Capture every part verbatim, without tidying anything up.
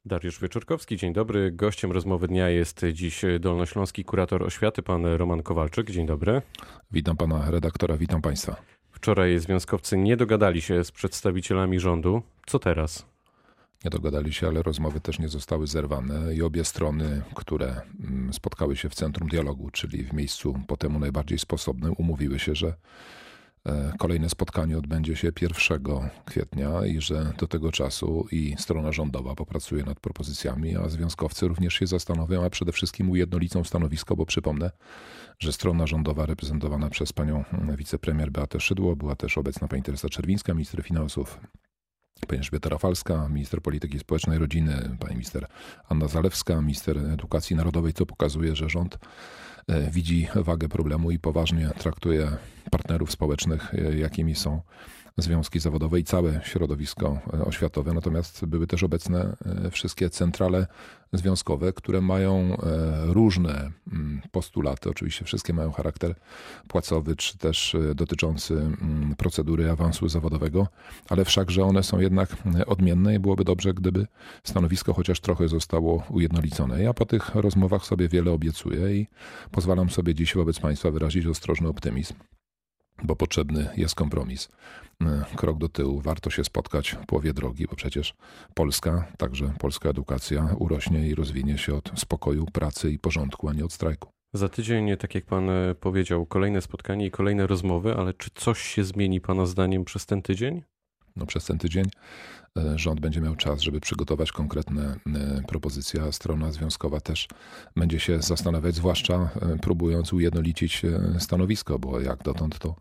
Dariusz Wieczorkowski, dzień dobry. Gościem rozmowy dnia jest dziś dolnośląski kurator oświaty, pan Roman Kowalczyk. Dzień dobry. Witam pana redaktora, witam państwa. Wczoraj związkowcy nie dogadali się z przedstawicielami rządu. Co teraz? Nie dogadali się, ale rozmowy też nie zostały zerwane i obie strony, które spotkały się w centrum dialogu, czyli w miejscu po temu najbardziej sposobnym, umówiły się, że kolejne spotkanie odbędzie się pierwszego kwietnia i że do tego czasu i strona rządowa popracuje nad propozycjami, a związkowcy również się zastanowią, a przede wszystkim ujednolicą stanowisko, bo przypomnę, że strona rządowa reprezentowana przez panią wicepremier Beatę Szydło, była też obecna pani Teresa Czerwińska, minister finansów, pani Elżbieta Rafalska, minister polityki społecznej i rodziny, pani minister Anna Zalewska, minister edukacji narodowej, co pokazuje, że rząd widzi wagę problemu i poważnie traktuje partnerów społecznych, jakimi są związki zawodowe i całe środowisko oświatowe. Natomiast były też obecne wszystkie centrale związkowe, które mają różne postulaty. Oczywiście wszystkie mają charakter płacowy, czy też dotyczący procedury awansu zawodowego, ale wszakże one są jednak odmienne i byłoby dobrze, gdyby stanowisko chociaż trochę zostało ujednolicone. Ja po tych rozmowach sobie wiele obiecuję i pozwalam sobie dziś wobec państwa wyrazić ostrożny optymizm, bo potrzebny jest kompromis. Krok do tyłu, warto się spotkać w połowie drogi, bo przecież Polska, także polska edukacja urośnie i rozwinie się od spokoju, pracy i porządku, a nie od strajku. Za tydzień, tak jak pan powiedział, kolejne spotkanie i kolejne rozmowy, ale czy coś się zmieni pana zdaniem przez ten tydzień? No przez ten tydzień rząd będzie miał czas, żeby przygotować konkretne propozycje, a strona związkowa też będzie się zastanawiać, zwłaszcza próbując ujednolicić stanowisko, bo jak dotąd to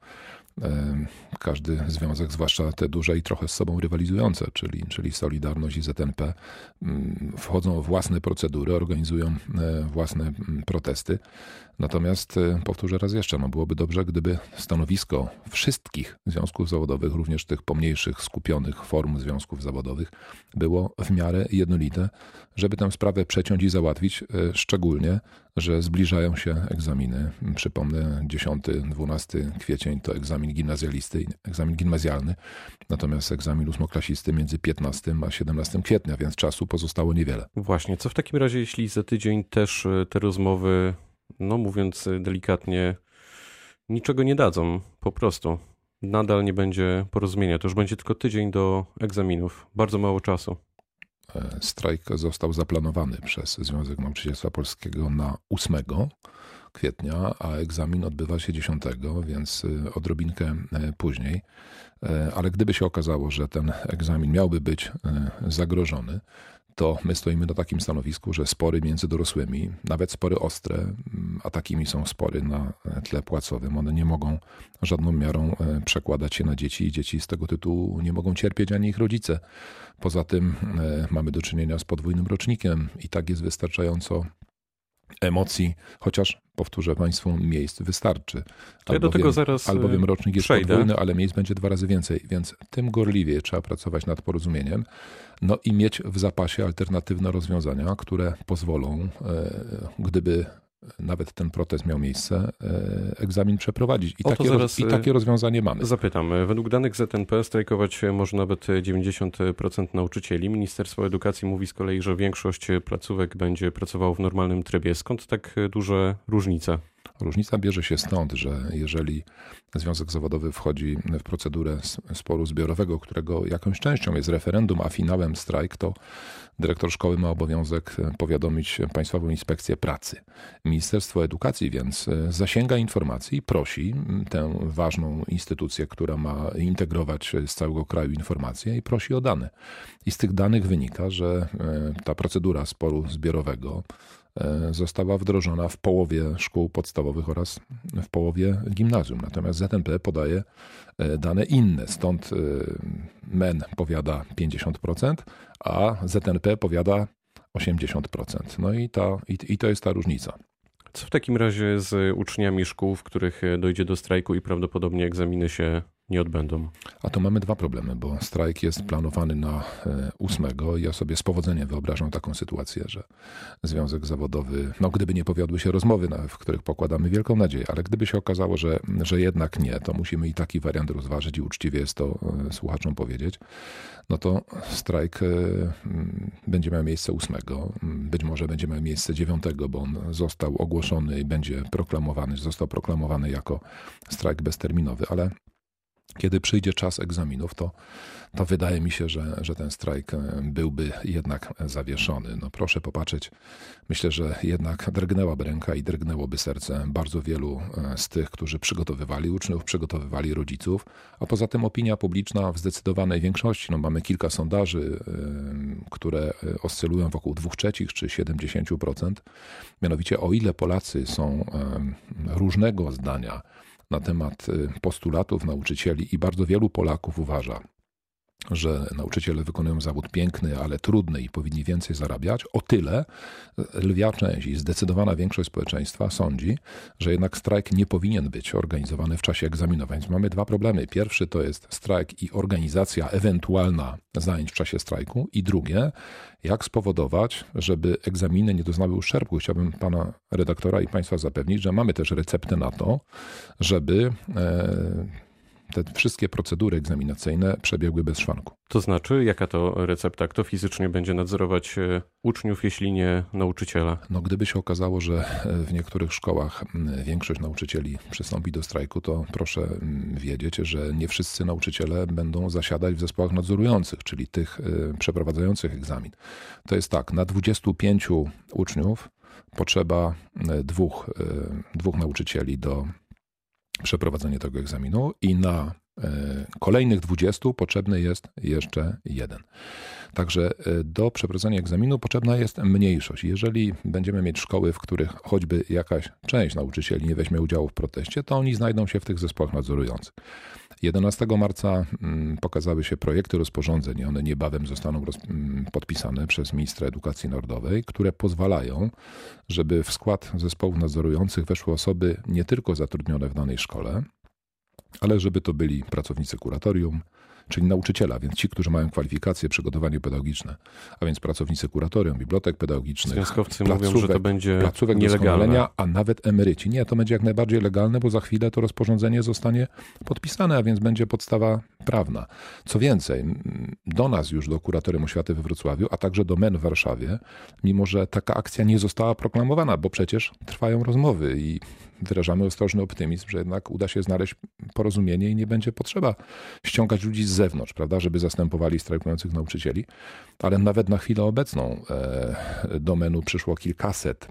każdy związek, zwłaszcza te duże i trochę z sobą rywalizujące, czyli, czyli Solidarność i Z N P, wchodzą w własne procedury, organizują własne protesty. Natomiast powtórzę raz jeszcze, no byłoby dobrze, gdyby stanowisko wszystkich związków zawodowych, również tych pomniejszych, skupionych form związków zawodowych, było w miarę jednolite, żeby tę sprawę przeciąć i załatwić, szczególnie, że zbliżają się egzaminy. Przypomnę, dziesiąty dwunasty kwiecień to egzamin gimnazjalisty, egzamin gimnazjalny, natomiast egzamin ósmoklasisty między piętnastego a siedemnastego kwietnia, więc czasu pozostało niewiele. Właśnie, co w takim razie, jeśli za tydzień też te rozmowy, no mówiąc delikatnie, niczego nie dadzą, po prostu nadal nie będzie porozumienia, to już będzie tylko tydzień do egzaminów, bardzo mało czasu. Strajk został zaplanowany przez Związek Nauczycielstwa Polskiego na ósmego kwietnia, a egzamin odbywa się dziesiątego, więc odrobinkę później. Ale gdyby się okazało, że ten egzamin miałby być zagrożony, to my stoimy na takim stanowisku, że spory między dorosłymi, nawet spory ostre, a takimi są spory na tle płacowym, one nie mogą żadną miarą przekładać się na dzieci i dzieci z tego tytułu nie mogą cierpieć, ani ich rodzice. Poza tym mamy do czynienia z podwójnym rocznikiem i tak jest wystarczająco emocji, chociaż powtórzę państwu, miejsc wystarczy. Ja albowiem, do tego zaraz albowiem rocznik jest przejdę. podwójny, ale miejsc będzie dwa razy więcej, więc tym gorliwiej trzeba pracować nad porozumieniem, no i mieć w zapasie alternatywne rozwiązania, które pozwolą, gdyby nawet ten protest miał miejsce, egzamin przeprowadzić. I, takie, roz, I takie rozwiązanie mamy. Zapytam. Według danych Z N P strajkować może nawet dziewięćdziesiąt procent nauczycieli. Ministerstwo Edukacji mówi z kolei, że większość placówek będzie pracowało w normalnym trybie. Skąd tak duże różnice? Różnica bierze się stąd, że jeżeli związek zawodowy wchodzi w procedurę sporu zbiorowego, którego jakąś częścią jest referendum, a finałem strajk, to dyrektor szkoły ma obowiązek powiadomić Państwową Inspekcję Pracy. Ministerstwo Edukacji więc zasięga informacji i prosi tę ważną instytucję, która ma integrować z całego kraju informacje, i prosi o dane. I z tych danych wynika, że ta procedura sporu zbiorowego została wdrożona w połowie szkół podstawowych oraz w połowie gimnazjum. Natomiast Z N P podaje dane inne. Stąd M E N powiada pięćdziesiąt procent, a Z N P powiada osiemdziesiąt procent. No i, ta, i, i to jest ta różnica. Co w takim razie z uczniami szkół, w których dojdzie do strajku i prawdopodobnie egzaminy się nie odbędą. A tu mamy dwa problemy, bo strajk jest planowany na ósmego i ja sobie z powodzeniem wyobrażam taką sytuację, że związek zawodowy, no gdyby nie powiodły się rozmowy, w których pokładamy wielką nadzieję, ale gdyby się okazało, że, że jednak nie, to musimy i taki wariant rozważyć i uczciwie jest to słuchaczom powiedzieć, no to strajk będzie miał miejsce ósmego, być może będzie miał miejsce dziewiątego, bo on został ogłoszony i będzie proklamowany, został proklamowany jako strajk bezterminowy, ale kiedy przyjdzie czas egzaminów, to, to wydaje mi się, że, że ten strajk byłby jednak zawieszony. No proszę popatrzeć, myślę, że jednak drgnęłaby ręka i drgnęłoby serce bardzo wielu z tych, którzy przygotowywali uczniów, przygotowywali rodziców, a poza tym opinia publiczna w zdecydowanej większości, no mamy kilka sondaży, które oscylują wokół dwóch trzecich czy siedemdziesiąt procent, mianowicie o ile Polacy są różnego zdania na temat postulatów nauczycieli i bardzo wielu Polaków uważa, że nauczyciele wykonują zawód piękny, ale trudny i powinni więcej zarabiać, o tyle lwia część i zdecydowana większość społeczeństwa sądzi, że jednak strajk nie powinien być organizowany w czasie egzaminowań. Więc mamy dwa problemy. Pierwszy to jest strajk i organizacja ewentualna zajęć w czasie strajku i drugie, jak spowodować, żeby egzaminy nie doznały uszczerbku. Chciałbym pana redaktora i państwa zapewnić, że mamy też receptę na to, żeby e, te wszystkie procedury egzaminacyjne przebiegły bez szwanku. To znaczy, jaka to recepta? Kto fizycznie będzie nadzorować uczniów, jeśli nie nauczyciela? No, gdyby się okazało, że w niektórych szkołach większość nauczycieli przystąpi do strajku, to proszę wiedzieć, że nie wszyscy nauczyciele będą zasiadać w zespołach nadzorujących, czyli tych przeprowadzających egzamin. To jest tak, na dwudziestu pięciu uczniów potrzeba dwóch, dwóch nauczycieli do przeprowadzenie tego egzaminu i na kolejnych dwudziestu potrzebny jest jeszcze jeden. Także do przeprowadzenia egzaminu potrzebna jest mniejszość. Jeżeli będziemy mieć szkoły, w których choćby jakaś część nauczycieli nie weźmie udziału w proteście, to oni znajdą się w tych zespołach nadzorujących. jedenastego marca pokazały się projekty rozporządzeń i one niebawem zostaną roz, podpisane przez ministra edukacji narodowej, które pozwalają, żeby w skład zespołów nadzorujących weszły osoby nie tylko zatrudnione w danej szkole, ale żeby to byli pracownicy kuratorium, czyli nauczyciela, więc ci, którzy mają kwalifikacje, przygotowanie pedagogiczne, a więc pracownicy kuratorium, bibliotek pedagogicznych, związkowcy placówek, mówią, że to będzie placówek doskonalenia, a nawet emeryci. Nie, to będzie jak najbardziej legalne, bo za chwilę to rozporządzenie zostanie podpisane, a więc będzie podstawa prawna. Co więcej, do nas już, do Kuratorium Oświaty we Wrocławiu, a także do M E N w Warszawie, mimo że taka akcja nie została proklamowana, bo przecież trwają rozmowy i wyrażamy ostrożny optymizm, że jednak uda się znaleźć porozumienie i nie będzie potrzeba ściągać ludzi z zewnątrz, prawda, żeby zastępowali strajkujących nauczycieli. Ale nawet na chwilę obecną e, do M E N-u przyszło kilkaset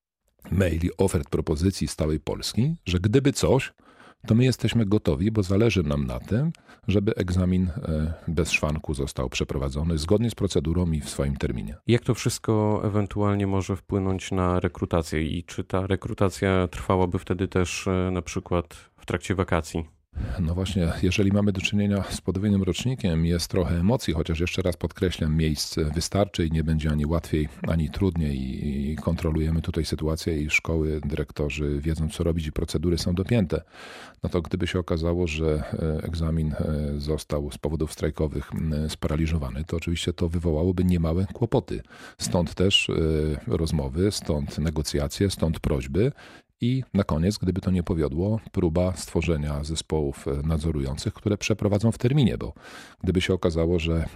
maili, ofert, propozycji z całej Polski, że gdyby coś, to my jesteśmy gotowi, bo zależy nam na tym, żeby egzamin bez szwanku został przeprowadzony zgodnie z procedurą i w swoim terminie. Jak to wszystko ewentualnie może wpłynąć na rekrutację i czy ta rekrutacja trwałaby wtedy też na przykład w trakcie wakacji? No właśnie, jeżeli mamy do czynienia z podwójnym rocznikiem, jest trochę emocji, chociaż jeszcze raz podkreślam, miejsc wystarczy i nie będzie ani łatwiej, ani trudniej i kontrolujemy tutaj sytuację i szkoły, dyrektorzy wiedzą, co robić i procedury są dopięte. No to gdyby się okazało, że egzamin został z powodów strajkowych sparaliżowany, to oczywiście to wywołałoby niemałe kłopoty. Stąd też rozmowy, stąd negocjacje, stąd prośby. I na koniec, gdyby to nie powiodło, próba stworzenia zespołów nadzorujących, które przeprowadzą w terminie, bo gdyby się okazało, że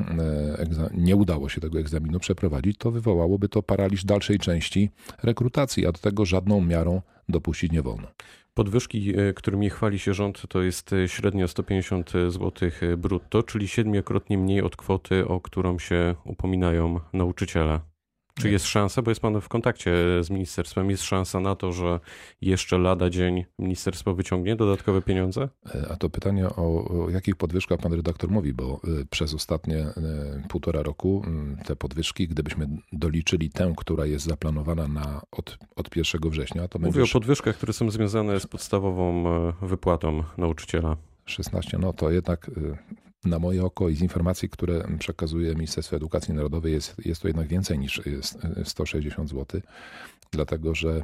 nie udało się tego egzaminu przeprowadzić, to wywołałoby to paraliż dalszej części rekrutacji, a do tego żadną miarą dopuścić nie wolno. Podwyżki, którymi chwali się rząd, to jest średnio sto pięćdziesiąt złotych brutto, czyli siedmiokrotnie mniej od kwoty, o którą się upominają nauczyciele. Czy jest szansa, bo jest pan w kontakcie z ministerstwem, jest szansa na to, że jeszcze lada dzień ministerstwo wyciągnie dodatkowe pieniądze? A to pytanie, o, o jakich podwyżkach pan redaktor mówi, bo przez ostatnie półtora roku te podwyżki, gdybyśmy doliczyli tę, która jest zaplanowana na od, od pierwszego września, to będzie... Mówię o podwyżkach, które są związane z podstawową wypłatą nauczyciela. szesnaście, no to jednak... Na moje oko i z informacji, które przekazuje Ministerstwo Edukacji Narodowej, jest, jest to jednak więcej niż sto sześćdziesiąt złotych, dlatego że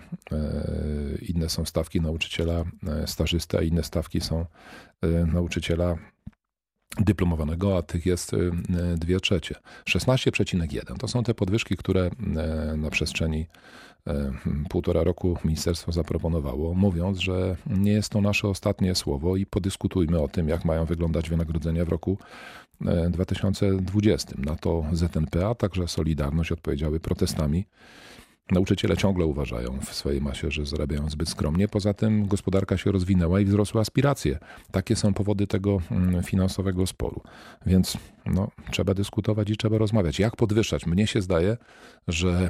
inne są stawki nauczyciela stażysty, a inne stawki są nauczyciela dyplomowanego, a tych jest dwie trzecie. szesnaście przecinek jeden to są te podwyżki, które na przestrzeni półtora roku ministerstwo zaproponowało, mówiąc, że nie jest to nasze ostatnie słowo i podyskutujmy o tym, jak mają wyglądać wynagrodzenia w roku dwa tysiące dwudziestym. Na to Z N P, a także Solidarność odpowiedziały protestami. Nauczyciele ciągle uważają w swojej masie, że zarabiają zbyt skromnie. Poza tym gospodarka się rozwinęła i wzrosły aspiracje. Takie są powody tego finansowego sporu. Więc no, trzeba dyskutować i trzeba rozmawiać. Jak podwyższać? Mnie się zdaje, że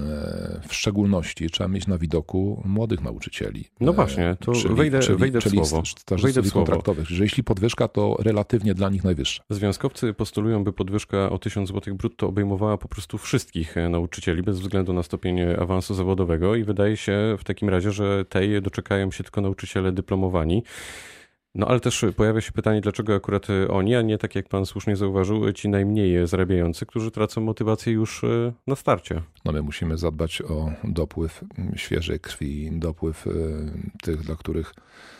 w szczególności trzeba mieć na widoku młodych nauczycieli. No właśnie, to czyli, wejdę, czyli, wejdę w czyli słowo. Wejdę w słowo. Kontraktowych, że jeśli podwyżka, to relatywnie dla nich najwyższa. Związkowcy postulują, by podwyżka o tysiąc złotych brutto obejmowała po prostu wszystkich nauczycieli, bez względu na stopień awansu zawodowego i wydaje się w takim razie, że tej doczekają się tylko nauczyciele dyplomowani. No ale też pojawia się pytanie, dlaczego akurat oni, a nie tak jak pan słusznie zauważył, ci najmniej zarabiający, którzy tracą motywację już na starcie. No my musimy zadbać o dopływ świeżej krwi, dopływ tych, dla których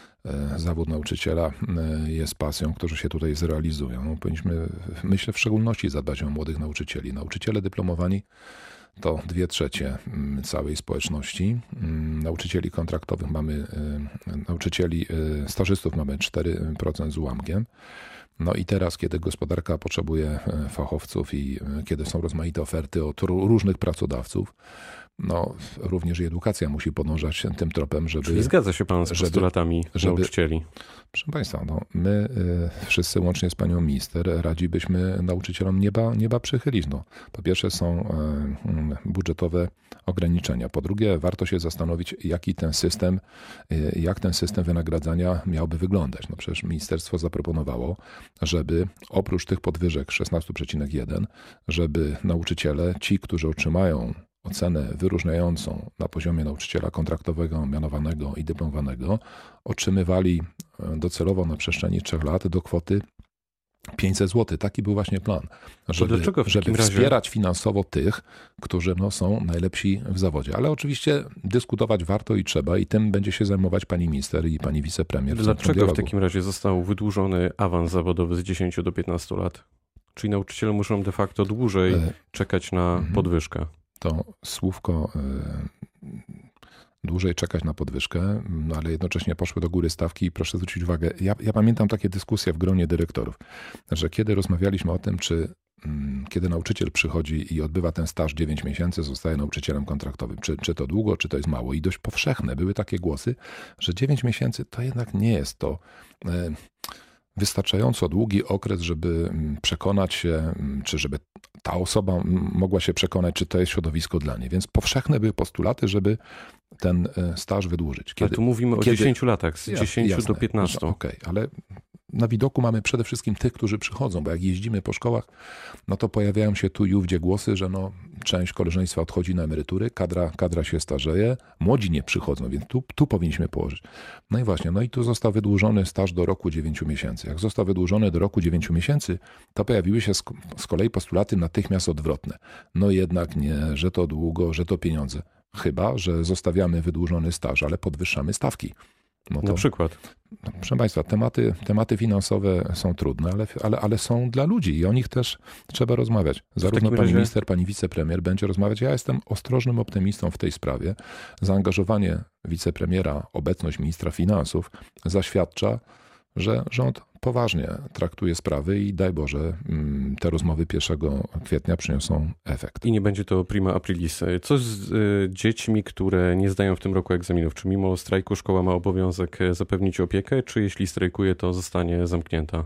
zawód nauczyciela jest pasją, którzy się tutaj zrealizują. Powinniśmy, myślę, w szczególności zadbać o młodych nauczycieli. Nauczyciele dyplomowani to dwie trzecie całej społeczności. Nauczycieli kontraktowych mamy, nauczycieli stażystów mamy cztery procent z ułamkiem. No i teraz, kiedy gospodarka potrzebuje fachowców i kiedy są rozmaite oferty od różnych pracodawców, no również i edukacja musi podążać tym tropem, żeby... Czyli zgadza się pan z postulatami żeby, nauczycieli? Proszę państwa, no my y, wszyscy łącznie z panią minister radzibyśmy nauczycielom nieba, nieba przychylić. No, po pierwsze są y, budżetowe ograniczenia. Po drugie warto się zastanowić, jaki ten system, y, jak ten system wynagradzania miałby wyglądać. No przecież ministerstwo zaproponowało, żeby oprócz tych podwyżek szesnaście przecinek jeden, żeby nauczyciele, ci, którzy otrzymają ocenę wyróżniającą na poziomie nauczyciela kontraktowego, mianowanego i dyplomowanego, otrzymywali docelowo na przestrzeni trzech lat do kwoty pięćset złotych. Taki był właśnie plan, żeby, żeby wspierać razie... finansowo tych, którzy no, są najlepsi w zawodzie. Ale oczywiście dyskutować warto i trzeba i tym będzie się zajmować pani minister i pani wicepremier. Dlaczego w takim razie został wydłużony awans zawodowy z dziesięciu do piętnastu lat? Czyli nauczyciele muszą de facto dłużej e... czekać na mhm. podwyżkę. To słówko y, dłużej czekać na podwyżkę, no ale jednocześnie poszły do góry stawki i proszę zwrócić uwagę, ja, ja pamiętam takie dyskusje w gronie dyrektorów, że kiedy rozmawialiśmy o tym, czy y, kiedy nauczyciel przychodzi i odbywa ten staż dziewięć miesięcy, zostaje nauczycielem kontraktowym, czy, czy to długo, czy to jest mało i dość powszechne były takie głosy, że dziewięć miesięcy to jednak nie jest to... Y, wystarczająco długi okres, żeby przekonać się, czy żeby ta osoba mogła się przekonać, czy to jest środowisko dla niej. Więc powszechne były postulaty, żeby ten staż wydłużyć. Kiedy, ale tu mówimy o kiedy... dziesięciu latach, z dziesięciu jasne, do piętnastu. No, Okej, okay, ale na widoku mamy przede wszystkim tych, którzy przychodzą, bo jak jeździmy po szkołach, no to pojawiają się tu i ówdzie głosy, że no, część koleżeństwa odchodzi na emerytury, kadra, kadra się starzeje, młodzi nie przychodzą, więc tu, tu powinniśmy położyć. No i właśnie, no i tu został wydłużony staż do roku dziewięciu miesięcy. Jak został wydłużony do roku dziewięciu miesięcy, to pojawiły się z, z kolei postulaty natychmiast odwrotne. No jednak nie, że to długo, że to pieniądze. Chyba że zostawiamy wydłużony staż, ale podwyższamy stawki. No to, na przykład. No, proszę państwa, tematy, tematy finansowe są trudne, ale, ale, ale są dla ludzi i o nich też trzeba rozmawiać. Zarówno pani razie... minister, pani wicepremier będzie rozmawiać. Ja jestem ostrożnym optymistą w tej sprawie. Zaangażowanie wicepremiera, obecność ministra finansów zaświadcza, że rząd poważnie traktuje sprawy i daj Boże, te rozmowy pierwszego kwietnia przyniosą efekt. I nie będzie to prima aprilis. Co z y, dziećmi, które nie zdają w tym roku egzaminów? Czy mimo strajku szkoła ma obowiązek zapewnić opiekę, czy jeśli strajkuje, to zostanie zamknięta?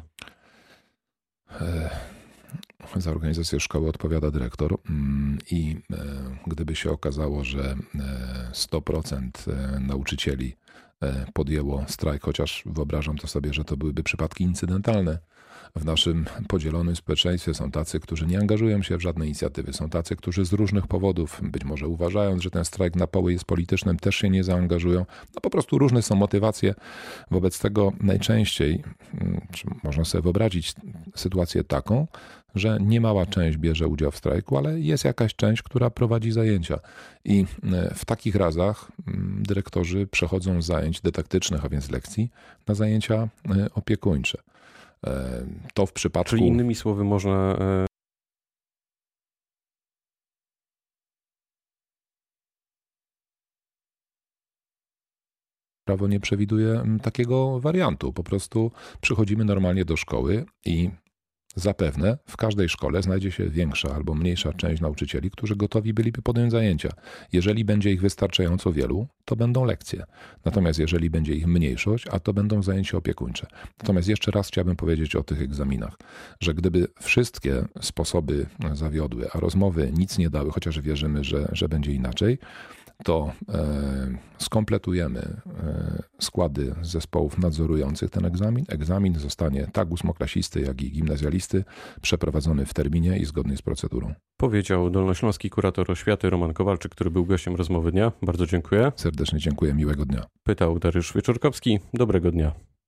Za organizację szkoły odpowiada dyrektor i gdyby się okazało, że sto procent nauczycieli podjęło strajk, chociaż wyobrażam to sobie, że to byłyby przypadki incydentalne. W naszym podzielonym społeczeństwie są tacy, którzy nie angażują się w żadne inicjatywy. Są tacy, którzy z różnych powodów, być może uważając, że ten strajk na poły jest politycznym, też się nie zaangażują. No po prostu różne są motywacje. Wobec tego najczęściej można sobie wyobrazić sytuację taką, że niemała część bierze udział w strajku, ale jest jakaś część, która prowadzi zajęcia. I w takich razach dyrektorzy przechodzą z zajęć dydaktycznych, a więc lekcji, na zajęcia opiekuńcze. To w przypadku... Czyli innymi słowy można... Prawo nie przewiduje takiego wariantu. Po prostu przychodzimy normalnie do szkoły i zapewne w każdej szkole znajdzie się większa albo mniejsza część nauczycieli, którzy gotowi byliby podjąć zajęcia. Jeżeli będzie ich wystarczająco wielu, to będą lekcje. Natomiast jeżeli będzie ich mniejszość, a to będą zajęcia opiekuńcze. Natomiast jeszcze raz chciałbym powiedzieć o tych egzaminach, że gdyby wszystkie sposoby zawiodły, a rozmowy nic nie dały, chociaż wierzymy, że, że będzie inaczej, to e, skompletujemy e, składy zespołów nadzorujących ten egzamin. Egzamin zostanie tak ósmoklasisty, jak i gimnazjalisty przeprowadzony w terminie i zgodnie z procedurą. Powiedział dolnośląski kurator oświaty Roman Kowalczyk, który był gościem rozmowy dnia. Bardzo dziękuję. Serdecznie dziękuję, miłego dnia. Pytał Dariusz Wieczorkowski. Dobrego dnia.